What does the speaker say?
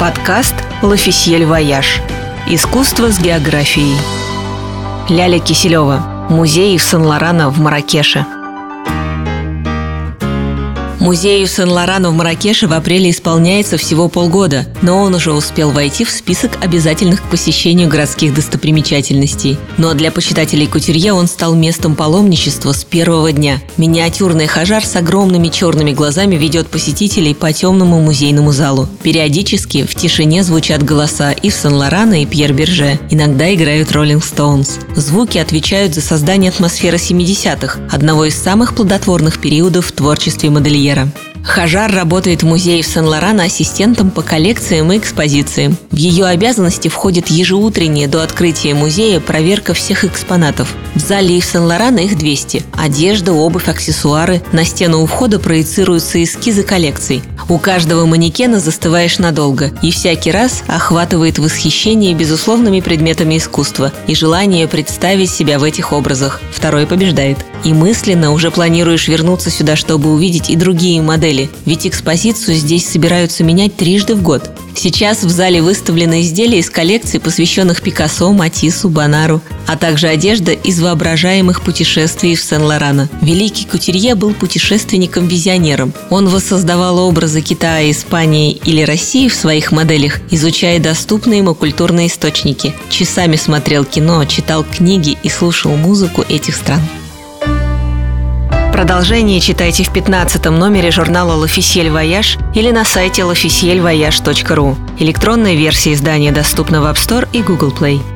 Подкаст «L'Officiel Voyage». Искусство с географией. Ляля Киселева. Музей Ив Сен-Лорана в Марракеше. Музею Сен-Лорана в Марракеше в апреле исполняется всего полгода, но он уже успел войти в список обязательных к посещению городских достопримечательностей. Но для почитателей кутюрье он стал местом паломничества с первого дня. Миниатюрный хажар с огромными черными глазами ведет посетителей по темному музейному залу. Периодически в тишине звучат голоса Ив Сен-Лорана и Пьер Берже. Иногда играют Роллинг Стоунс. Звуки отвечают за создание атмосферы 70-х, одного из самых плодотворных периодов в творчестве модельера. Хажар работает в музее Ив Сен-Лорана ассистентом по коллекциям и экспозициям. В ее обязанности входит ежеутренняя до открытия музея проверка всех экспонатов. В зале Ив Сен-Лорана их 200. Одежда, обувь, аксессуары. На стену у входа проецируются эскизы коллекций. У каждого манекена застываешь надолго, и всякий раз охватывает восхищение безусловными предметами искусства и желание представить себя в этих образах. Второй побеждает. И мысленно уже планируешь вернуться сюда, чтобы увидеть и другие модели, ведь экспозицию здесь собираются менять трижды в год. Сейчас в зале выставлены изделия из коллекций, посвященных Пикассо, Матиссу, Бонару, а также одежда из воображаемых путешествий в Сен-Лорана. Великий кутюрье был путешественником-визионером. Он воссоздавал образы Китая, Испании или России в своих моделях, изучая доступные ему культурные источники. Часами смотрел кино, читал книги и слушал музыку этих стран. Продолжение читайте в 15-м номере журнала «L'Officiel Voyage» или на сайте l'officielvoyage.ru. Электронная версия издания доступна в App Store и Google Play.